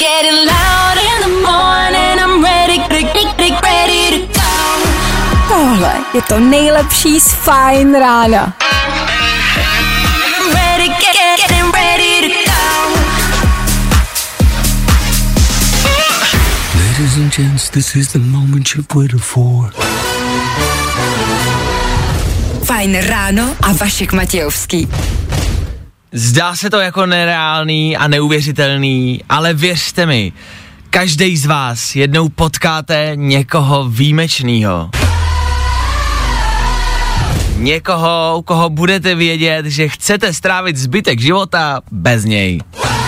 getting loud in the morning, I'm ready to go. Tohle je to nejlepší z Fajn rána. Getting ready to go. Ladies and gents, this is the moment you've waited for. Fajn ráno a Vašek Matějovský. Zdá se to jako nereálný a neuvěřitelný, ale věřte mi, každý z vás jednou potkáte někoho výjimečného. Někoho, u koho budete vědět, že chcete strávit zbytek života bez něj.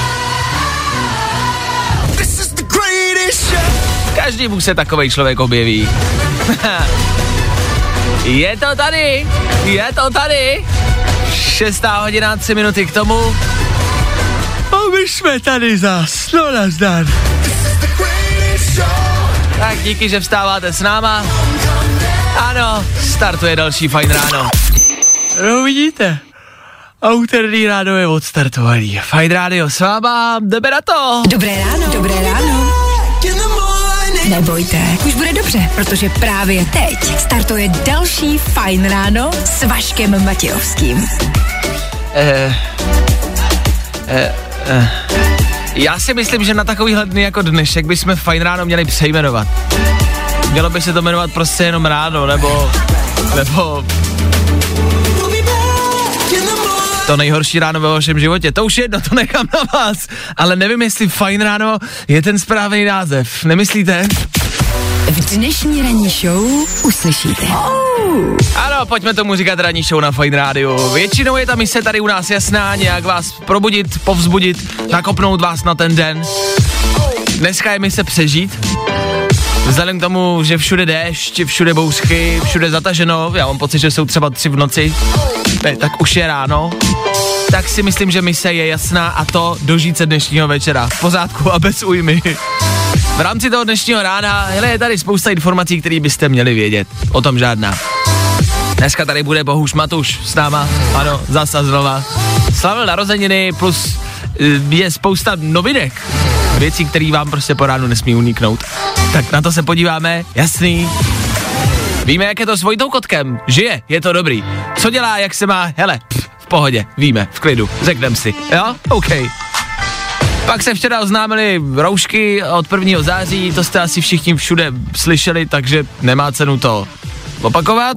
Každému se takovej člověk objeví. Je to tady. 6:03 k tomu. A my jsme tady zas, no nazdar. Tak díky, že vstáváte s náma. Ano, startuje další Fajn ráno. No vidíte, úterní ráno je odstartovaný. Fajn rádio s váma, jdeme na to. Dobré ráno. Nebojte, už bude dobře, protože právě teď startuje další Fajn ráno s Vaškem Matějovským. Já si myslím, že na takovýhle dny jako dnešek bychom Fajn ráno měli přejmenovat. Mělo by se to jmenovat prostě jenom ráno, nebo to nejhorší ráno ve vašem životě. To už je jedno, to nechám na vás. Ale nevím, jestli Fajn ráno je ten správný název. Nemyslíte? V dnešní ranní show uslyšíte. Ano, pojďme tomu říkat ranní show na Fajn rádiu. Většinou je ta mise tady u nás jasná, nějak vás probudit, povzbudit, nakopnout vás na ten den. Dneska je mise přežít. Vzhledem k tomu, že všude déšť, všude bouřky, všude zataženo, já mám pocit, že jsou třeba 3 v noci, tak už je ráno, tak si myslím, že mise je jasná a to dožít se dnešního večera v pořádku a bez újmy. V rámci toho dnešního rána, hele, je tady spousta informací, které byste měli vědět, o tom žádná. Dneska tady bude Bohuš Matuš s náma, ano, zas a znova. Slavil narozeniny plus je spousta novinek, věcí, které vám prostě po ránu nesmí uniknout. Tak na to se podíváme, jasný. Víme, jak je to s Vojtou Kotkem, žije, je to dobrý. Co dělá, jak se má, hele, v pohodě, víme, v klidu, řekneme si, jo, OK. Pak se včera oznámili roušky od 1. září, to jste asi všichni všude slyšeli, takže nemá cenu to opakovat.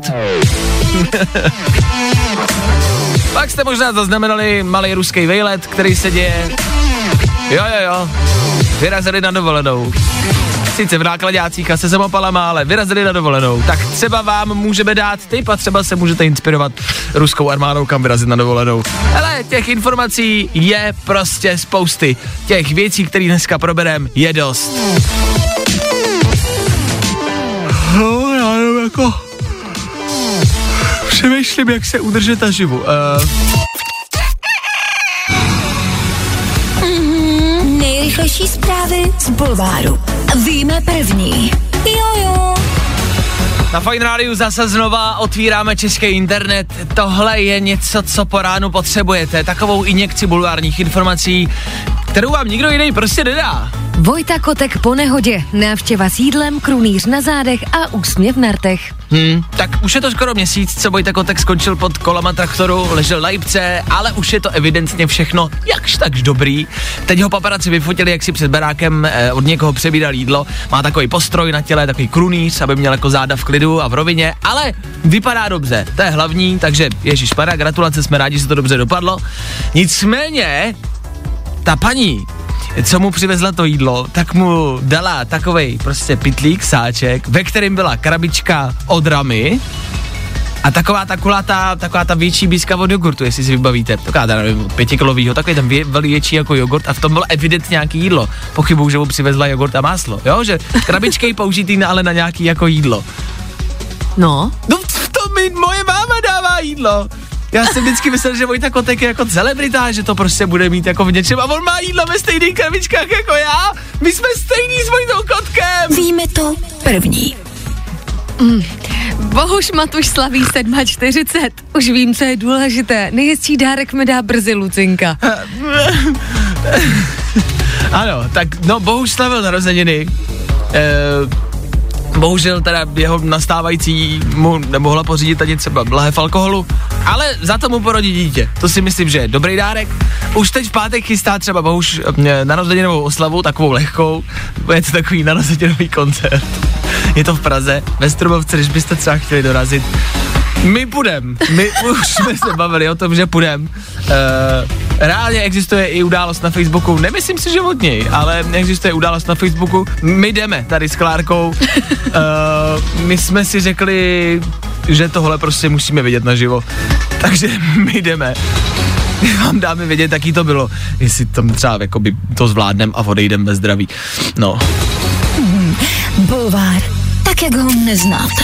Pak jste možná zaznamenali malý ruský vejlet, který se děje. Jo, vyrazili na dovolenou. Sice v nákladácích a se samopalama, ale vyrazili na dovolenou. Tak třeba vám můžeme dát tip a třeba se můžete inspirovat ruskou armádou, kam vyrazit na dovolenou. Ale těch informací je prostě spousty. Těch věcí, které dneska probereme, je dost. No, já nevím, jako přemýšlím, jak se udržet naživu. Nejrychlejší zprávy z bulváru. Víme první. Jo. Na Fajn rádiu zase znova otvíráme český internet. Tohle je něco, co po ránu potřebujete. Takovou injekci bulvárních informací, kterou vám nikdo jiný prostě nedá. Vojta Kotek po nehodě, návštěva s jídlem, krunýř na zádech a úsměv na rtech. Tak už je to skoro měsíc, co Vojta Kotek skončil pod kolama traktoru, ležel na jipce, ale už je to evidentně všechno jakž takž dobrý. Teď ho paparazzi vyfotili, jak si před barákem od někoho přebíral jídlo. Má takový postroj na těle, takový krunýř, aby měl jako záda v klidu a v rovině, ale vypadá dobře, to je hlavní, takže ježišmarja, gratulace, jsme rádi, že to dobře dopadlo. Nicméně, ta paní, co mu přivezla to jídlo, tak mu dala takovej prostě pytlík, sáček, ve kterém byla krabička od Ramy a taková ta větší bízka od jogurtu, jestli si vybavíte, taková ta 5kilovýho, takový ten větší jako jogurt a v tom bylo evidentně nějaký jídlo. Pochybuju, že mu přivezla jogurt a máslo, jo, že krabičky použitý ale na nějaký jako jídlo. No To mi moje máma dává jídlo. Já jsem vždycky myslel, že Vojta Kotek je jako celebrita, že to prostě bude mít jako v něčem a on má jídlo ve stejných krabičkách jako já. My jsme stejný s Vojtou Kotkem. Víme to první. Bohuš Matuš slaví 47. Už vím, co je důležité. Nejhezčí dárek mi dá brzy Lucinka. Ano, tak no Bohuš slavil narozeniny. Bohužel teda jeho nastávající mu nemohla pořídit ani třeba lahev alkoholu, ale za to mu porodí dítě. To si myslím, že je dobrý dárek. Už teď v pátek chystá třeba Bohuš narozeninovou oslavu, takovou lehkou. Je to takový narozeninový koncert. Je to v Praze, ve Stromovce, když byste třeba chtěli dorazit. My půjdem. My už jsme se bavili o tom, že půjdem. Reálně existuje i událost na Facebooku, nemyslím si, že od něj, ale existuje událost na Facebooku. My jdeme tady s Klárkou. My jsme si řekli, že tohle prostě musíme vidět naživo. Takže my jdeme. My vám dáme vědět, jaký to bylo. Jestli tam třeba jakoby to zvládnem a odejdem bez zdraví. No. Bulvár, tak jak ho neznáte.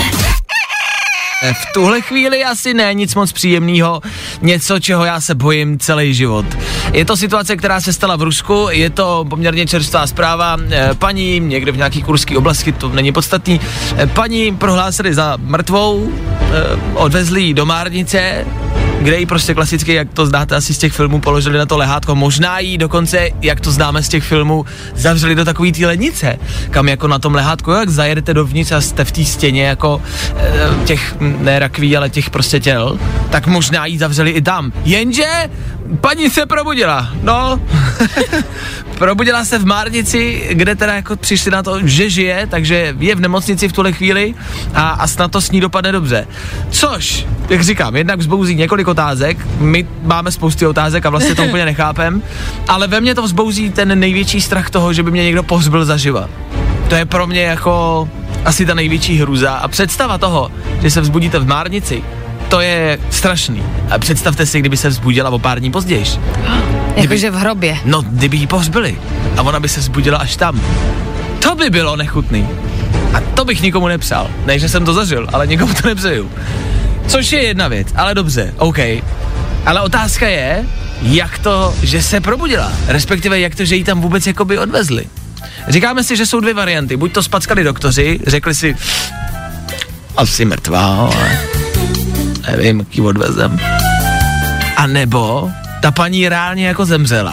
V tuhle chvíli asi ne nic moc příjemného, něco, čeho já se bojím celý život. Je to situace, která se stala v Rusku, je to poměrně čerstvá zpráva. Paní někde v nějaký kurské oblasti, to není podstatný, paní prohlásili za mrtvou, odvezli ji do Márnice, kde ji prostě klasicky, jak to znáte asi z těch filmů, položili na to lehátko, možná jí dokonce, jak to známe z těch filmů, zavřeli do takový té lednice, kam jako na tom lehátku, jak zajedete dovnitř a jste v té stěně jako těch, ne rakví, ale těch prostě těl, tak možná jí zavřeli i tam. Jenže paní se probudila, no, probudila se v Márnici, kde teda jako přišli na to, že žije, takže je v nemocnici v tuhle chvíli a snad to s ní dopadne dobře. Což, jak říkám, jednak vzbouzí několik otázek, my máme spousty otázek a vlastně to úplně nechápem, ale ve mně to vzbouzí ten největší strach toho, že by mě někdo pohřbil zaživa. To je pro mě jako asi ta největší hrůza a představa toho, že se vzbudíte v Márnici, to je strašný. A představte si, kdyby se vzbudila o pár dní později. Jakože v hrobě. No, kdyby jí pohřbili a ona by se vzbudila až tam. To by bylo nechutný. A to bych nikomu nepřál. Ne, že jsem to zažil, ale nikomu to nepřeju. Což je jedna věc, ale dobře, OK. Ale otázka je, jak to, že se probudila, respektive jak to, že ji tam vůbec jakoby odvezli. Říkáme si, že jsou dvě varianty, buď to spackali doktoři, řekli si, asi mrtvá, ale nevím, jak ji odvezem. A nebo ta paní reálně jako zemřela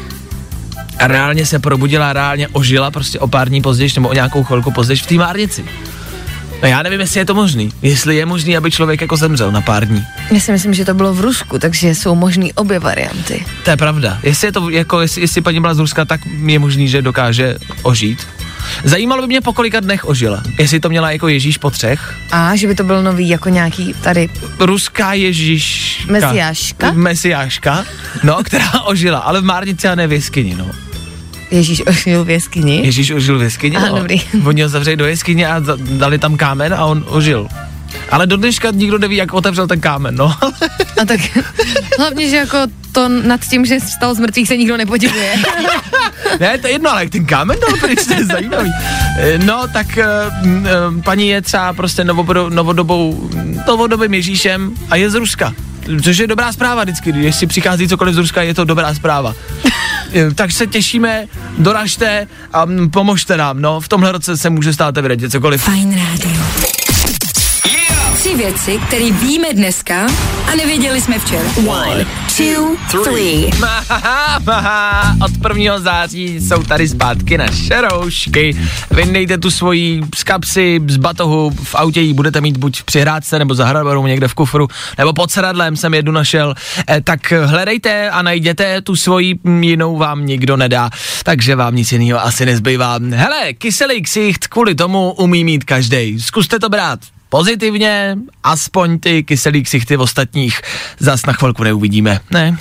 a reálně se probudila, reálně ožila prostě o pár dní později, nebo o nějakou chvilku později v té Márnici. No já nevím, jestli je to možný. Jestli je možný, aby člověk jako zemřel na pár dní. Já si myslím, že to bylo v Rusku, takže jsou možný obě varianty. To je pravda. Jestli je to jako, jestli paní byla z Ruska, tak je možný, že dokáže ožít. Zajímalo by mě, po kolika dnech ožila. Jestli to měla jako Ježíš po 3. A že by to byl nový jako nějaký tady... Ruská Ježíška. Mesiáška, no, která ožila, ale v Márnici a ne v jeskyni, no. Ježíš ožil v jeskyni? Ježíš ožil v jeskyni, no. Dobrý. Oni ho zavřeli do jeskyně a dali tam kámen a on ožil. Ale do dneška nikdo neví, jak otevřel ten kámen, no. A tak hlavně, že jako to nad tím, že vstal z mrtvých, se nikdo nepodivuje. Ne, to je jedno, ale jak ten kámen dal pryč, to je zajímavý. No, tak paní je třeba prostě novodobým Ježíšem a je z Ruska. Což je dobrá zpráva vždycky, když si přichází cokoliv z Ruska, je to dobrá zpráva. Tak se těšíme, doražte a pomožte nám, no, v tomhle roce se může stát evidentně cokoliv. Fajn rádio. 3 věci, které víme dneska a nevěděli jsme včera. 1, 2, 3. Od 1. září jsou tady zpátky naše roušky. Vyndejte tu svoji z kapsy, z batohu, v autě ji budete mít buď v přihrádce, nebo za hradbarou někde v kufru, nebo pod sedadlem jsem jednu našel. Tak hledejte a najděte tu svoji, jinou vám nikdo nedá, takže vám nic jiného asi nezbývá. Hele, kyselý ksicht kvůli tomu umí mít každej. Zkuste to brát pozitivně, aspoň ty kyselý ksichty ostatních zas na chvilku neuvidíme, ne?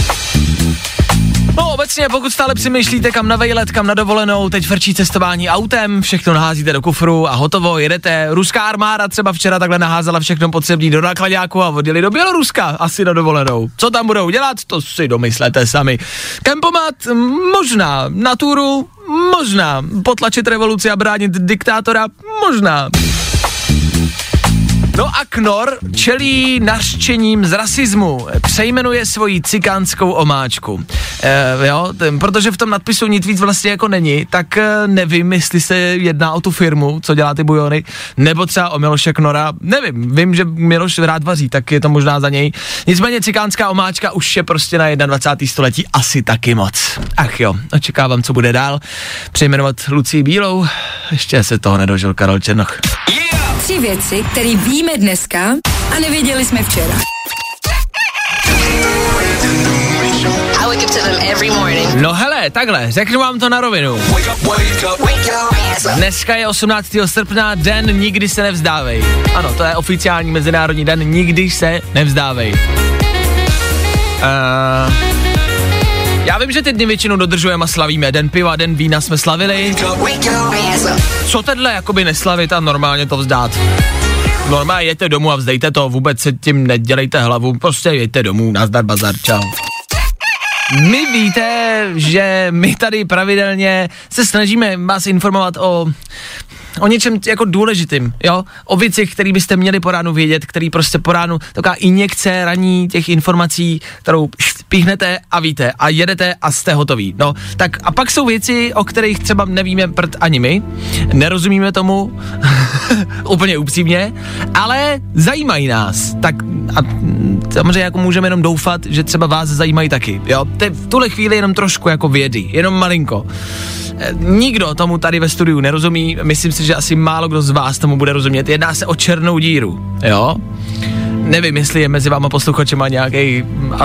No obecně, pokud stále přemýšlíte kam na vejlet, kam na dovolenou, teď frčí cestování autem, všechno naházíte do kufru a hotovo, jedete. Ruská armáda třeba včera takhle naházela všechno potřebný do náklaďáku a odjeli do Běloruska asi na dovolenou. Co tam budou dělat, to si domyslete sami. Kempomat? Možná. Naturu? Možná. Potlačit revoluci a bránit diktátora? Možná. No a Knor čelí nařčením z rasismu. Přejmenuje svoji cikánskou omáčku. Protože v tom nadpisu nic víc vlastně jako není, tak nevím, jestli se jedná o tu firmu, co dělá ty bujony, nebo třeba o Miloše Knora. Nevím, vím, že Miloš rád vaří, tak je to možná za něj. Nicméně cikánská omáčka už je prostě na 21. století asi taky moc. Ach jo, očekávám, co bude dál. Přejmenovat Lucii Bílou, ještě se toho nedožil Karel Černoch. 3 věci, které víme dneska a nevěděli jsme včera. No hele, takhle, řeknu vám to na rovinu. Dneska je 18. srpna, den Nikdy se nevzdávej. Ano, to je oficiální mezinárodní den Nikdy se nevzdávej. Já vím, že ty dny většinou dodržujeme a slavíme. Den piva, den vína jsme slavili. Co tenhle jakoby neslavit a normálně to vzdát? Normálně jeďte domů a vzdejte to, vůbec se tím nedělejte hlavu, prostě jeďte domů, nazdar bazar, čau. My víte, že my tady pravidelně se snažíme vás informovat o něčem jako důležitým, jo? O věcech, které byste měli po ránu vědět, který prostě po ránu, taková injekce raní těch informací, kterou píchnete a víte a jedete a jste hotoví. No, tak a pak jsou věci, o kterých třeba nevíme prd ani my, nerozumíme tomu, úplně upřímně, ale zajímají nás. Tak a samozřejmě jako můžeme jenom doufat, že třeba vás zajímají taky, jo? V tuhle chvíli jenom trošku jako vědy, jenom malinko. Nikdo tomu tady ve studiu nerozumí, myslím si, že asi málo kdo z vás tomu bude rozumět. Jedná se o černou díru, jo? Nevím, jestli je mezi váma posluchačema nějaký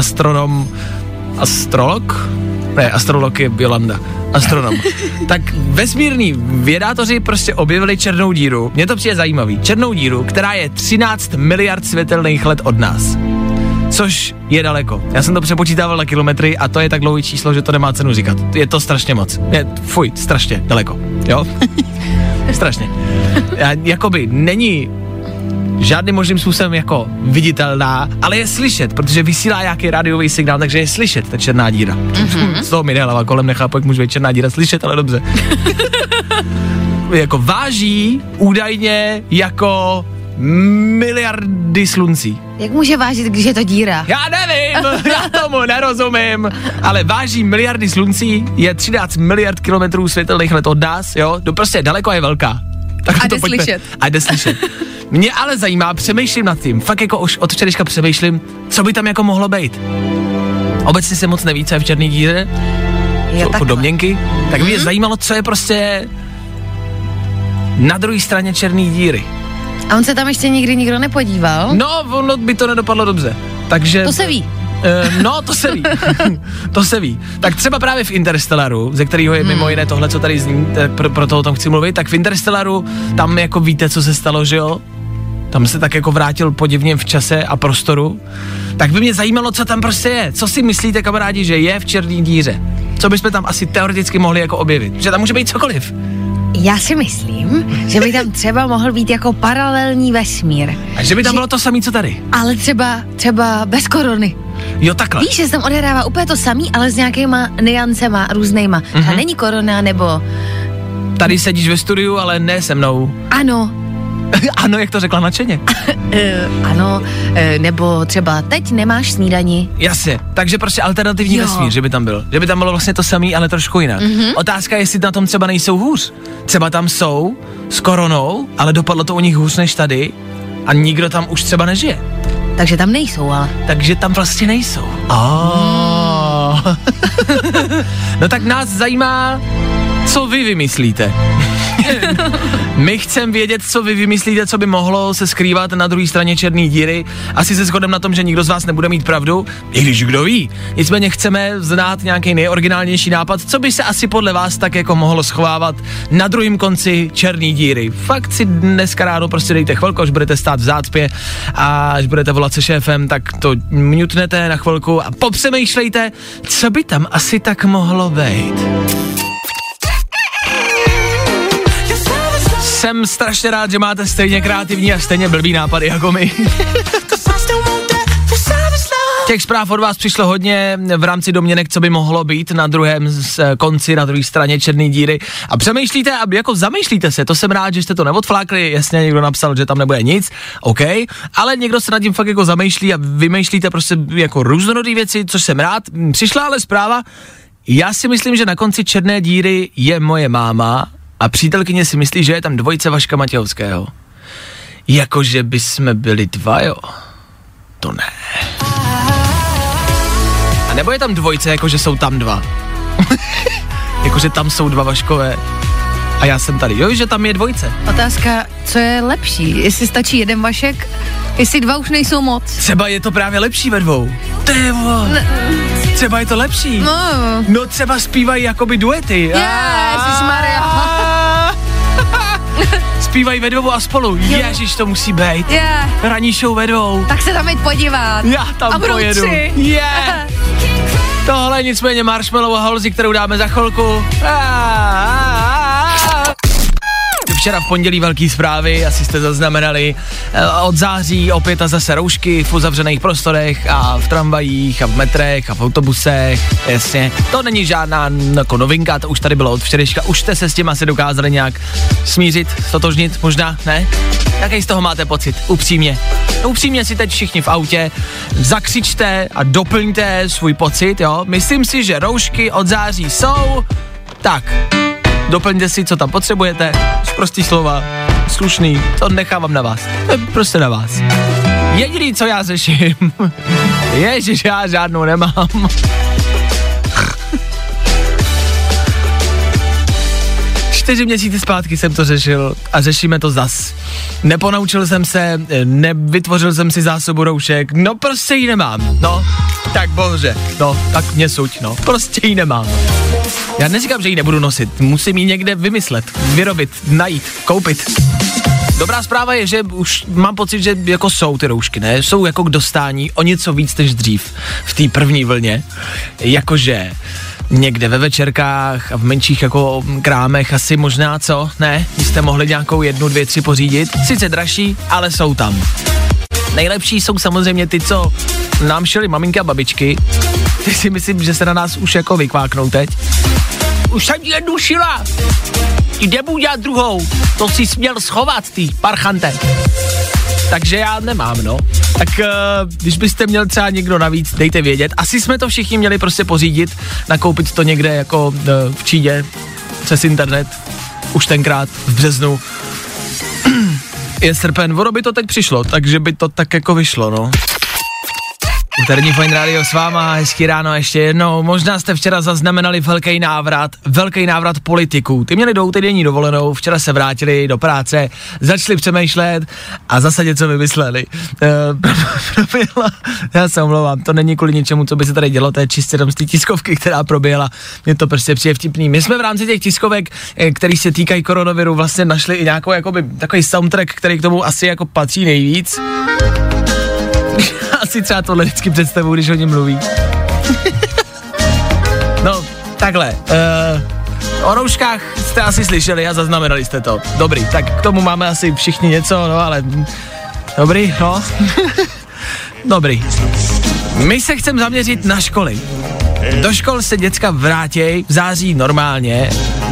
astrolog? Ne, astrolog je Jolanda. Astronom. Tak vesmírní vědátoři prostě objevili černou díru. Mně to přijde zajímavý. Černou díru, která je 13 miliard světelných let od nás. Což je daleko. Já jsem to přepočítával na kilometry a to je tak dlouhý číslo, že to nemá cenu říkat. Je to strašně moc. Strašně daleko. Jo? Strašně. Jakoby není žádným možným způsobem jako viditelná, ale je slyšet, protože vysílá nějaký rádiový signál, takže je slyšet ta černá díra. Z toho mi jde hlava kolem, nechápu, jak může být černá díra slyšet, ale dobře. Jako váží údajně jako miliardy sluncí. Jak může vážit, když je to díra? Já nevím, já tomu nerozumím, ale váží miliardy sluncí, je 13 miliard kilometrů světelných let od nás, jo, to prostě daleko a je velká. Tak a jde slyšet. A jde slyšet. Mě ale zajímá, přemýšlím nad tím, fakt jako už od včerejška přemýšlím, co by tam jako mohlo být. Obecně se moc neví, co je v černé díře, po domněnky, tak by mě zajímalo, co je prostě na druhé straně černé díry. A on se tam ještě nikdy nikdo nepodíval? No, ono by to nedopadlo dobře, takže... To se ví. No, to se ví. To se ví. Tak třeba právě v Interstellaru, ze kterého je mimo jiné tohle, co tady zní, pro toho tam chci mluvit, tak v Interstellaru tam jako víte, co se stalo, že jo? Tam se tak jako vrátil podivně v čase a prostoru. Tak by mě zajímalo, co tam prostě je. Co si myslíte, kamarádi, že je v černé díře? Co bychom tam asi teoreticky mohli jako objevit? Že tam může být cokoliv. Já si myslím, že by tam třeba mohl být jako paralelní vesmír. A že by tam bylo to samé, co tady. Ale třeba bez korony. Jo, takhle. Víš, že se tam odehrává úplně to samý, ale s nějakýma niancema různýma. A není korona, nebo... Tady sedíš ve studiu, ale ne se mnou. Ano. Ano, jak to řekla nadšeně. Ano, nebo třeba teď nemáš snídani. Jasně, takže prostě alternativní vesmír, že by tam byl. Že by tam bylo vlastně to samý, ale trošku jinak. Otázka je, jestli na tom třeba nejsou hůř. Třeba tam jsou s koronou, ale dopadlo to u nich hůř než tady a nikdo tam už třeba nežije. Takže tam nejsou, ale. Takže tam vlastně nejsou. No tak nás zajímá, co vy vymyslíte. My chceme vědět, co vy vymyslíte, co by mohlo se skrývat na druhé straně černé díry. Asi se shodem na tom, že nikdo z vás nebude mít pravdu, i když kdo ví. Nicméně chceme znát nějaký nejoriginálnější nápad, co by se asi podle vás tak jako mohlo schovávat na druhém konci černé díry. Fakt si dneska ráno prostě dejte chvilku, až budete stát v zácpě a až budete volat se šéfem, tak to mutnete na chvilku a popřemýšlejte, co by tam asi tak mohlo být. Jsem strašně rád, že máte stejně kreativní a stejně blbý nápady jako my. Těch zpráv od vás přišlo hodně v rámci domněnek, co by mohlo být na druhém konci, na druhé straně černé díry. A přemýšlíte, jako zamýšlíte se, to jsem rád, že jste to neodflákli, jasně někdo napsal, že tam nebude nic, OK, ale někdo se nad tím fakt jako zamýšlí a vymýšlíte prostě jako různorodý věci, což jsem rád. Přišla ale zpráva, já si myslím, že na konci černé díry je moje máma a přítelkyně si myslí, že je tam dvojice Vaška Matějovského. Jakože by jsme byli dva, jo? To ne. A nebo je tam dvojice, jakože jsou tam dva. Jakože tam jsou dva Vaškové a já jsem tady. Jo, že tam je dvojice. Otázka, co je lepší? Jestli stačí jeden Vašek? Jestli dva už nejsou moc? Třeba je to právě lepší ve dvou. Třeba je to lepší. No třeba zpívají jakoby duety. Ježišmarja. Zpívají ve dvou a spolu. Ježiš, to musí být. Ranní show ve dvou. Tak se tam jít podívat. Já tam pojedu. Tohle nicméně Marshmallow a Halsey, kterou dáme za chvilku. Včera v pondělí velký zprávy, asi jste zaznamenali, od září opět a zase roušky v uzavřených prostorech a v tramvajích a v metrech a v autobusech, jasně. To není žádná jako novinka, to už tady bylo od včerejška, už jste se s tím asi dokázali nějak smířit, stotožnit, možná, ne? Jaký z toho máte pocit? Upřímně. Upřímně si teď všichni v autě zakřičte a doplňte svůj pocit, jo? Myslím si, že roušky od září jsou, tak... Doplňte si, co tam potřebujete, prostý slova, slušný, to nechávám na vás, to je prostě na vás. Jediný, co já řeším, je, že já žádnou nemám. 4 měsíce zpátky jsem to řešil a řešíme to zas. Neponaučil jsem se, nevytvořil jsem si zásobu roušek, no prostě ji nemám, no, tak bože, no, tak mě suď, no, prostě ji nemám. Já neříkám, že ji nebudu nosit, musím ji někde vymyslet, vyrobit, najít, koupit. Dobrá zpráva je, že už mám pocit, že jako jsou ty roušky, ne? Jsou jako k dostání o něco víc než dřív v té první vlně, jakože někde ve večerkách a v menších jako krámech asi možná, co? Ne? Jste mohli nějakou 1, 2, 3 pořídit, sice dražší, ale jsou tam. Nejlepší jsou samozřejmě ty, co nám šily maminky a babičky. Ty si myslím, že se na nás už jako vykváknou teď. Už jsem jednu šila. Jde mu dělat druhou. To si směl schovat, ty parchante. Takže já nemám, no. Tak když byste měl třeba někdo navíc, dejte vědět. Asi jsme to všichni měli prostě pořídit, nakoupit to někde jako v Číně, přes internet. Už tenkrát v březnu. Je srpen, ono by to teď přišlo, takže by to tak jako vyšlo, no. Úterní Fajn rádio s váma, hezký ráno ještě jednou. Možná jste včera zaznamenali velký návrat politiků. Ty měli 2týdenní dovolenou, včera se vrátili do práce, začali přemýšlet a zase něco vymysleli. Já se omlouvám, to není kvůli ničemu, co by se tady dělo, to je čistě tam z té tiskovky, která proběhla. Mně to prostě přijde vtipný. My jsme v rámci těch tiskovek, který se týkají koronaviru, vlastně našli i nějakou jakoby takový soundtrack, který k tomu asi jako patří nejvíc. Asi třeba tohle vždycky představuji, když o něm mluví. No, takhle. O rouškách jste asi slyšeli a zaznamenali jste to. Dobrý, tak k tomu máme asi všichni něco, no ale... Dobrý, no. Dobrý. My se chceme zaměřit na školy. Do škol se děcka vrátěj v září normálně,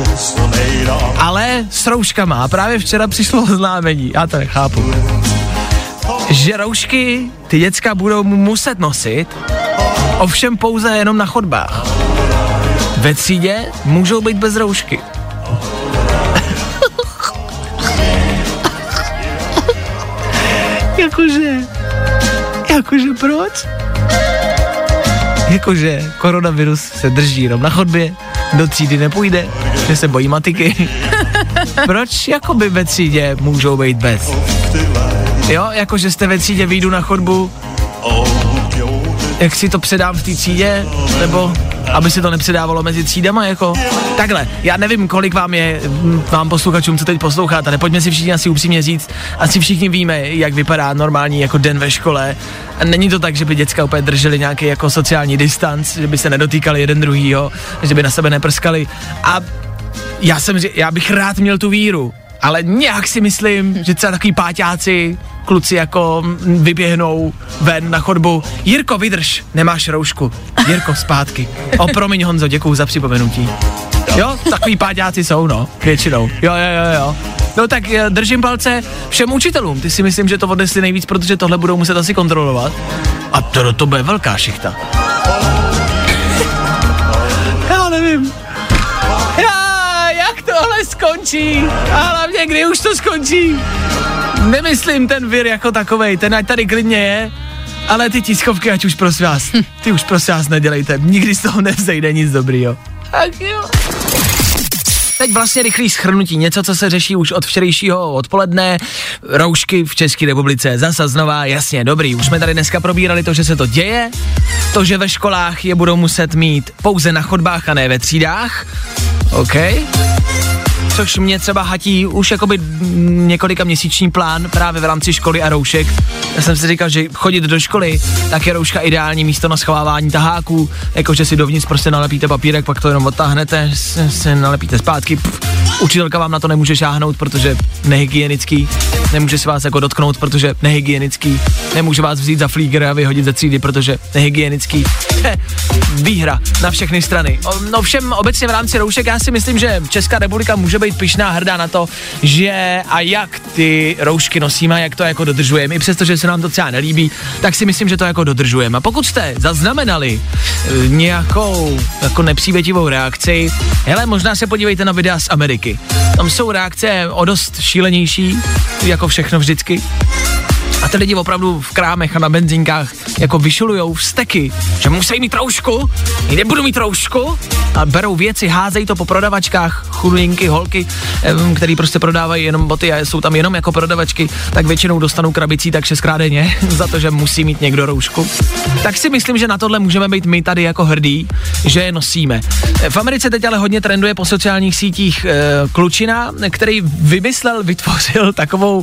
ale s rouškama. A právě včera přišlo oznámení, já to nechápu. Že roušky ty děcka budou muset nosit, ovšem pouze jenom na chodbách. Ve třídě můžou být bez roušky. Jakože proč? Jakože koronavirus se drží jenom na chodbě, do třídy nepůjde, že se bojí matiky. Proč jakoby ve třídě můžou být bez? Jo, jakože jste ve třídě, vyjdu na chodbu, jak si to předám v té třídě, nebo aby se to nepředávalo mezi třídama, jako takhle. Já nevím, kolik vám posluchačům, co teď posloucháte, ale pojďme si všichni asi upřímně říct, asi všichni víme, jak vypadá normální jako den ve škole. A není to tak, že by děcka úplně drželi nějaký jako sociální distanc, že by se nedotýkali jeden druhýho, že by na sebe neprskali. A já bych rád měl tu víru, ale nějak si myslím, že třeba takový páťáci, kluci jako vyběhnou ven na chodbu. Jirko, vydrž, nemáš roušku. Jirko, zpátky. Promiň Honzo, děkuju za připomenutí. Jo, takový páďáci jsou, no, většinou. Jo. No tak držím palce všem učitelům. Ty si myslím, že to odnesli nejvíc, protože tohle budou muset asi kontrolovat. A to bude velká šichta. Já nevím. Jak tohle skončí? A hlavně, kdy už to skončí? Nemyslím ten vir jako takovej, ten ať tady klidně je, ale ty tiskovky, ať už prosím vás, ty už prosím vás nedělejte, nikdy z toho nevzejde nic dobrýho. Tak jo. Teď vlastně rychlý shrnutí, něco, co se řeší už od včerejšího odpoledne, roušky v České republice, zasa znova, jasně, dobrý, už jsme tady dneska probírali to, že se to děje, to, že ve školách je budou muset mít pouze na chodbách a ne ve třídách, OK, což mě třeba hatí už jakoby několika měsíční plán právě v rámci školy a roušek. Já jsem si říkal, že chodit do školy, tak je rouška ideální místo na schovávání taháků, jakože si dovnitř prostě nalepíte papírek, pak to jenom odtáhnete, se nalepíte zpátky, učitelka vám na to nemůže šáhnout, protože nehygienický, nemůže si vás jako dotknout, protože nehygienický, nemůže vás vzít za flíger a vyhodit ze třídy, protože nehygienický. Výhra na všechny strany. No všem obecně v rámci roušek já si myslím, že Česká republika může být pyšná, hrdá na to, že a jak ty roušky nosíme, jak to jako dodržujeme, i přesto, že se nám to třeba nelíbí, tak si myslím, že to jako dodržujeme. A pokud jste zaznamenali nějakou jako nepřívětivou reakci, hele, možná se podívejte na videa z Ameriky. Tam jsou reakce o dost šílenější, jako všechno vždycky. A ty lidi opravdu v krámech a na benzínkách jako vyšulujou vzteky, že musí mít roušku, nebudu mít roušku, a berou věci, házejí to po prodavačkách, chudinky, holky, který prostě prodávají jenom boty a jsou tam jenom jako prodavačky, tak většinou dostanou krabicí tak 6krát denně za to, že musí mít někdo roušku. Tak si myslím, že na tohle můžeme být my tady jako hrdí, že je nosíme. V Americe teď ale hodně trenduje po sociálních sítích klučina, který vytvořil takovou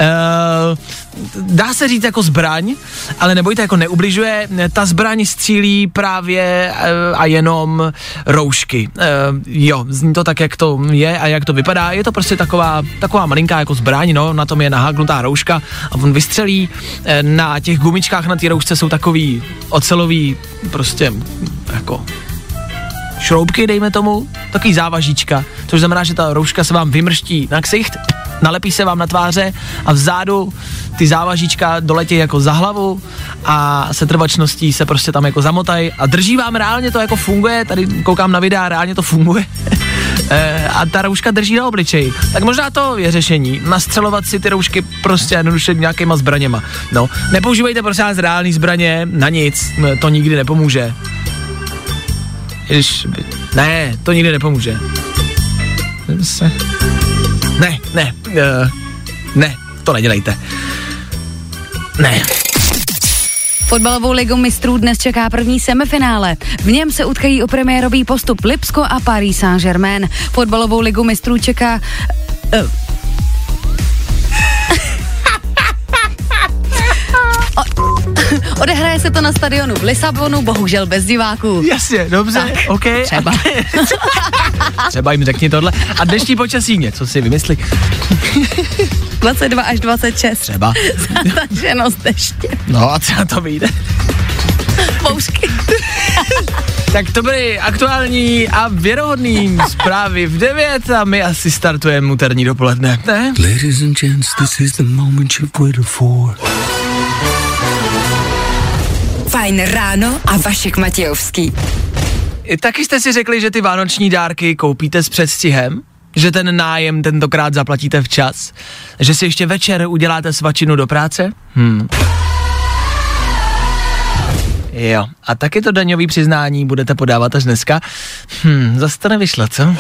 dá se říct jako zbraň, ale nebojte, jako neubližuje, ta zbraň střílí právě a jenom roušky. Jo, zní to tak, jak to je a jak to vypadá, je to prostě taková malinká jako zbraň, no, na tom je naháknutá rouška a on vystřelí, na těch gumičkách na té roušce jsou takový ocelový prostě jako šroubky, dejme tomu, takový závažíčka, což znamená, že ta rouška se vám vymrští na ksicht, nalepí se vám na tváře a vzadu ty závažíčka doletí jako za hlavu a se trvačností se prostě tam jako zamotají a drží vám, reálně to jako funguje, tady koukám na videa, reálně to funguje a ta rouška drží na obličeji. Tak možná to je řešení, nastřelovat si ty roušky prostě jednoduše nějakýma zbraněma. No, nepoužívejte prosím vás reální zbraně na nic, to nikdy nepomůže. Ne, to nikdy nepomůže. Ne, to nedělejte. Ne. Fotbalovou ligu mistrů dnes čeká první semifinále. V něm se utkají o premiérový postup Lipsko a Paris Saint-Germain. Fotbalovou ligu mistrů čeká... Odehraje se to na stadionu v Lisabonu, bohužel bez diváků. Jasně, dobře, tak, OK. Třeba. Třeba jim řekni tohle. A dnešní počasí něco si vymysli. 22 až 26. Třeba. Zataženost deště. No a třeba to vyjde. Poušky. Tak to byly aktuální a věrohodný zprávy v 9 a my asi startujeme úterní dopoledne, ne? Ladies and gents, this is the moment you've waited for. Fajn ráno a Vašek Matějovský. Taky jste si řekli, že ty vánoční dárky koupíte s předstihem? Že ten nájem tentokrát zaplatíte včas? Že si ještě večer uděláte svačinu do práce? Jo, a taky to daňový přiznání budete podávat až dneska? Zase to nevyšlo, co?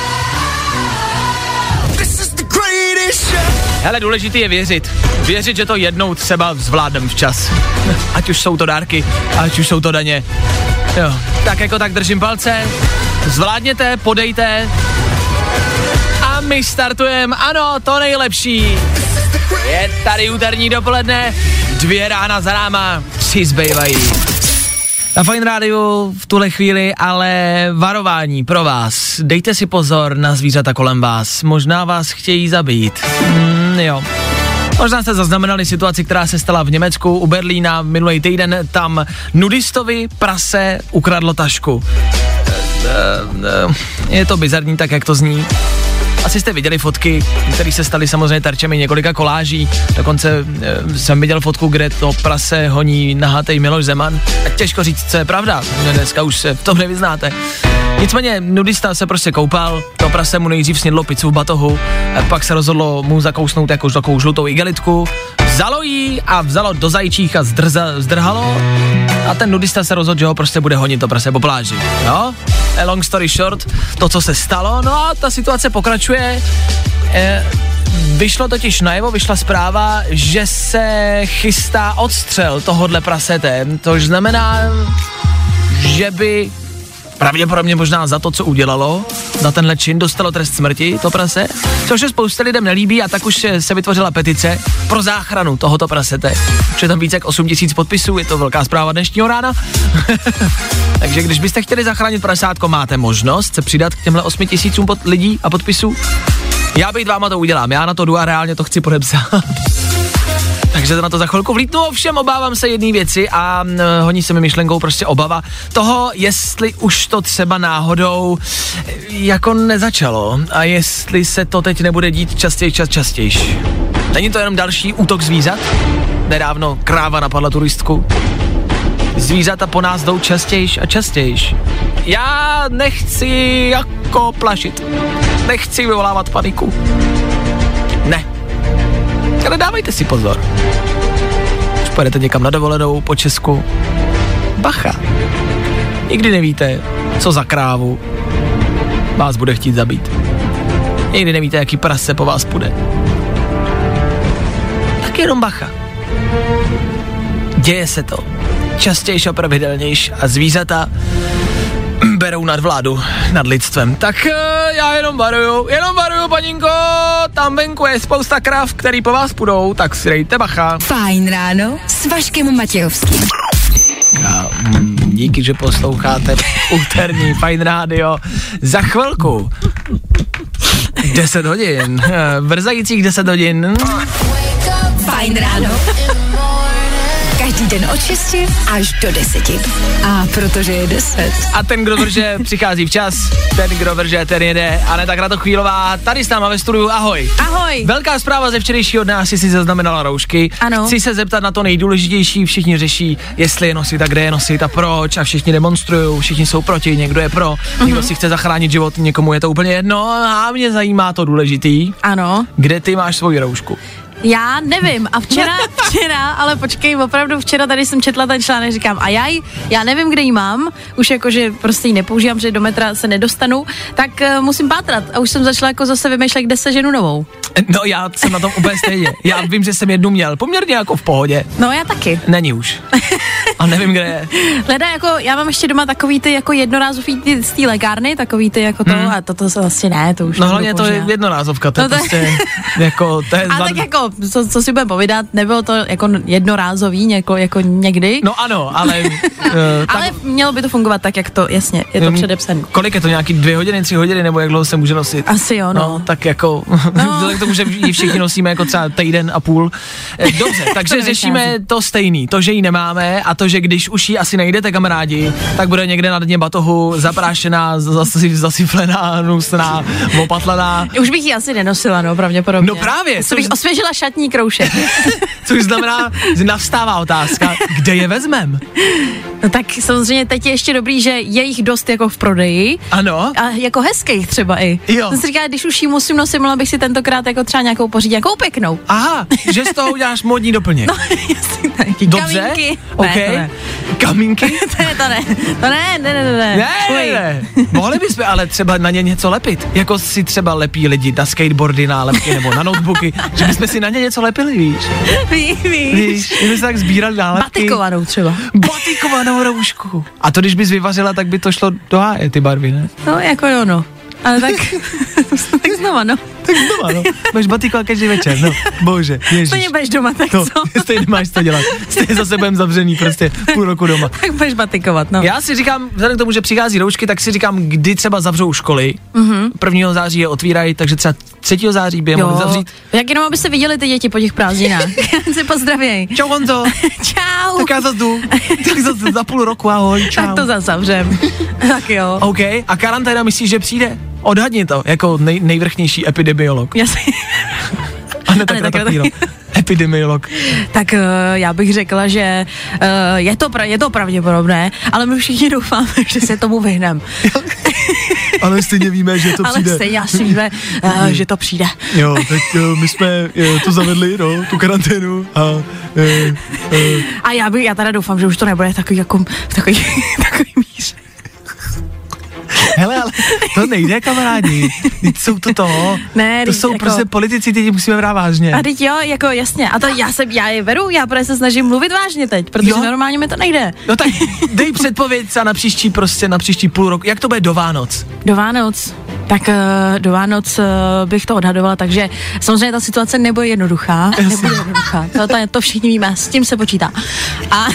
Hele, důležitý je věřit. Věřit, že to jednou třeba zvládnem včas. Ať už jsou to dárky, ať už jsou to daně. Jo, tak jako tak držím palce. Zvládněte, podejte. A my startujeme, ano, to nejlepší. Je tady úterní dopoledne, 2 rána za náma, 3 zbývají. Na Fajn rádiu v tuhle chvíli ale varování pro vás. Dejte si pozor na zvířata kolem vás, možná vás chtějí zabít. Jo. Možná jste zaznamenali situaci, která se stala v Německu u Berlína minulý týden. Tam nudistovi prase ukradlo tašku. Je to bizarní, tak jak to zní. Asi jste viděli fotky, které se staly samozřejmě terčemi několika koláží. Dokonce jsem viděl fotku, kde to prase honí nahatej Miloš Zeman. A těžko říct, co je pravda. Dneska už se v tom nevyznáte. Nicméně nudista se prostě koupal, to prase mu nejdřív snědlo pizzu v batohu, pak se rozhodlo mu zakousnout jakož takovou žlutou igelitku, vzalo jí a vzalo do zajíčích a zdrhalo a ten nudista se rozhodl, že ho prostě bude honit to prase po pláži. Jo? Long story short, to, co se stalo, no a ta situace pokračuje. Vyšlo totiž najevo, vyšla zpráva, že se chystá odstřel tohodle prasete, což znamená, že by pravděpodobně možná za to, co udělalo, za tenhle čin dostalo trest smrti, to prase, což se spousta lidem nelíbí a tak už se vytvořila petice pro záchranu tohoto prasete. Už je tam více jak 8 000 podpisů, je to velká zpráva dnešního rána. Takže když byste chtěli zachránit prasátko, máte možnost se přidat k těmhle 8 000 lidí a podpisů. Já být váma to udělám, já na to jdu a reálně to chci podepsat. Takže to na to za chvilku vlítnu, ovšem obávám se jedné věci a honí se mi myšlenkou prostě obava toho, jestli už to třeba náhodou jako nezačalo a jestli se to teď nebude dít častěji. Není to jenom další útok zvířat? Nedávno kráva napadla turistku. Zvířata po nás jdou častěji. Já nechci jako plašit. Nechci vyvolávat paniku. Ne. Ale dávejte si pozor. Když pojedete někam na dovolenou po Česku, bacha. Nikdy nevíte, co za krávu vás bude chtít zabít. Nikdy nevíte, jaký prase po vás půjde. Tak jenom bacha. Děje se to. Častější a pravidelnější a zvířata berou nadvládu nad lidstvem. Tak já jenom varuju, paninko, tam venku je spousta krav, který po vás půjdou, tak si dejte bacha. Fajn ráno s Vaškem Matějovským. Díky, že posloucháte úterní Fajn rádio. Za chvilku 10 hodin, vrzajících 10 hodin. Fajn ráno. Každý den od 6 až do 10. A protože je 10. A ten, kdo vrže, přichází včas, ten, kdo vrže, ten jede. Aneta Kratochvílová, tady s náma ve studiu, ahoj. Ahoj. Velká zpráva ze včerejšího dne, asi si zaznamenala roušky. Ano. Chci se zeptat na to nejdůležitější, všichni řeší, jestli je nosit a kde je nosit a proč a všichni demonstrujou, všichni jsou proti, někdo je pro, někdo si chce zachránit život, někomu je to úplně jedno a mě zajímá to důležitý. Ano. Kde ty máš svoji roušku? Já nevím a včera, ale počkej, opravdu včera tady jsem četla ten článek, říkám a já nevím, kde ji mám, už jakože prostě ji nepoužívám, že do metra se nedostanu, tak musím pátrat a už jsem začala jako zase vymýšlet, kde se ženu novou. No já jsem na tom úplně stejně, já vím, že jsem jednu měl, poměrně jako v pohodě. No já taky. Není už. A nevím, kde je. Leda, jako já mám ještě doma takový ty jako jednorázový ty z té lékárny, takový ty jako to a to se vlastně ne, to už. No hlavně to je jednorázovka, to je prostě jako, to je a tak jako, co si budeme povídat, nebylo to jako jednorázový, jako někdy. No ano, ale... ale mělo by to fungovat tak, jak to, jasně, je to předepsané. Kolik je to, nějaký 2 hodiny, 3 hodiny, nebo jak dlouho se může nosit? Asi jo, no. Tak jako, k tomu, že ji všichni nosíme jako třeba týden a půl. Dobře, takže řešíme to stejný, to, že ji nemáme a to, že když už ji asi nejdete, kamarádi, tak bude někde na dně batohu zaprášená, zasyflená, nusná, opatlaná. Už bych ji asi nenosila, no, pravděpodobně. No právě. Co bych osvěžila šatní kroužek. Což znamená, že navstává otázka, kde je vezmem? No tak samozřejmě teď je ještě dobrý, že je jich dost jako v prodeji. Ano. A jako hezkých třeba i. Jo. Jsem si říkala, když už ji musím nosit, mohla bych si tentokrát jako třeba nějakou pořídit, nějakou pěknou. Aha, že z toho uděláš módní doplněk. No, jasně, taky. Dobře, kamínky. okay. Ne, Kamínky? to ne. Mohli bychom ale třeba na ně něco lepit. Jako si třeba lepí lidi na skateboardy, nálepky nebo na notebooky, že bychom si na ně něco lepili, víš? Víš, že bychom tak sbírali nálepky. Batikovanou třeba. Batikovanou roušku. A to, když bys vyvařila, tak by to šlo do háje, ty barvy, ne? No, jako jo, no. Ale tak znova, no. Tak znova, no. Budeš batikovat každý večer, no. Bože, ježiš. Stejně budeš doma, tak No, co? stejně nemáš co dělat. Stejně zase budem zavřený prostě půl roku doma. Tak budeš batikovat, no. Já si říkám, vzhledem k tomu, že přichází roušky, tak si říkám, kdy třeba zavřou školy. 1. září je otvírají, takže třeba 3. září by je mohli zavřít. Jak jenom, aby se viděli ty děti po těch prázdninách. Se pozdravěj. Čau, Honzo. Čau. Tak já zase jdu. Tak zase za půl roku, ahoj, čau. Tak to zase zavřem. Tak jo. OK, a karanténa myslíš, že přijde? Odhadni to, jako nejvrchnější epidemiolog. Jasně. A ne tak epidemiolog. Tak já bych řekla, že je to pravděpodobné, ale my všichni doufáme, že se tomu vyhneme. Ale stejně víme, že to přijde. Ale stejně asi víme, že to přijde. Jo, tak my jsme to zavedli, no, tu karanténu A já teda doufám, že už to nebude takový jako takový míře. Hele, ale to nejde, kamarádi. Teď jsou to. Ne, to jsou jako, prostě politici, teď musíme brát vážně. A teď jo, jako jasně. A to já je beru, já prostě se snažím mluvit vážně teď, protože normálně mi to nejde. No tak dej předpověď na příští půl roku. Jak to bude do Vánoc? Do Vánoc? Tak do Vánoc bych to odhadovala, takže samozřejmě ta situace nebude jednoduchá. Nebude jednoduchá. To všichni víme, s tím se počítá. A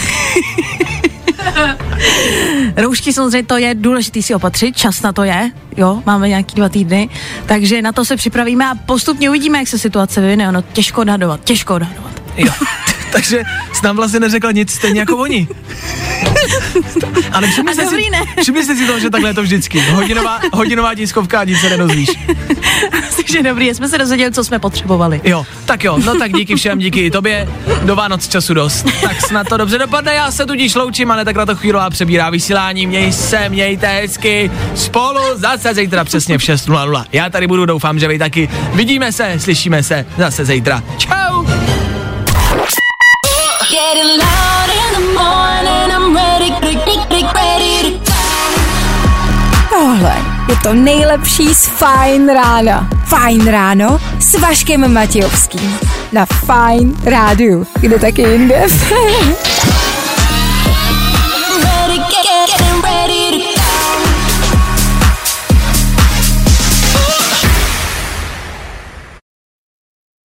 roušky samozřejmě to je důležitý si opatřit, čas na to je, jo, máme nějaký 2 týdny, takže na to se připravíme a postupně uvidíme, jak se situace vyvine, ono těžko odhadovat. Jo, takže jsi nám vlastně neřekla nic stejně jako oni. Ale všimli jste si toho, že takhle je to vždycky. Hodinová tiskovka a nic se nedozvíš. Takže dobrý, jsme se dozvěděli, co jsme potřebovali. Jo, no tak díky všem, díky i tobě. Do Vánoc času dost. Tak snad to dobře dopadne, já se tudíž loučím, ale tak na to Chvílová přebírá vysílání. Mějte hezky. Spolu zase zítra přesně v 6:00. Já tady budu, doufám, že vy taky. Vidíme se, slyšíme se zase zítra. Čau. Getting loud in the morning, I'm ready. Tohle je to nejlepší z Fajn rána. Fajn ráno s Vaškem Matějovským. Na Fajn rádiu. Kde taky jinde.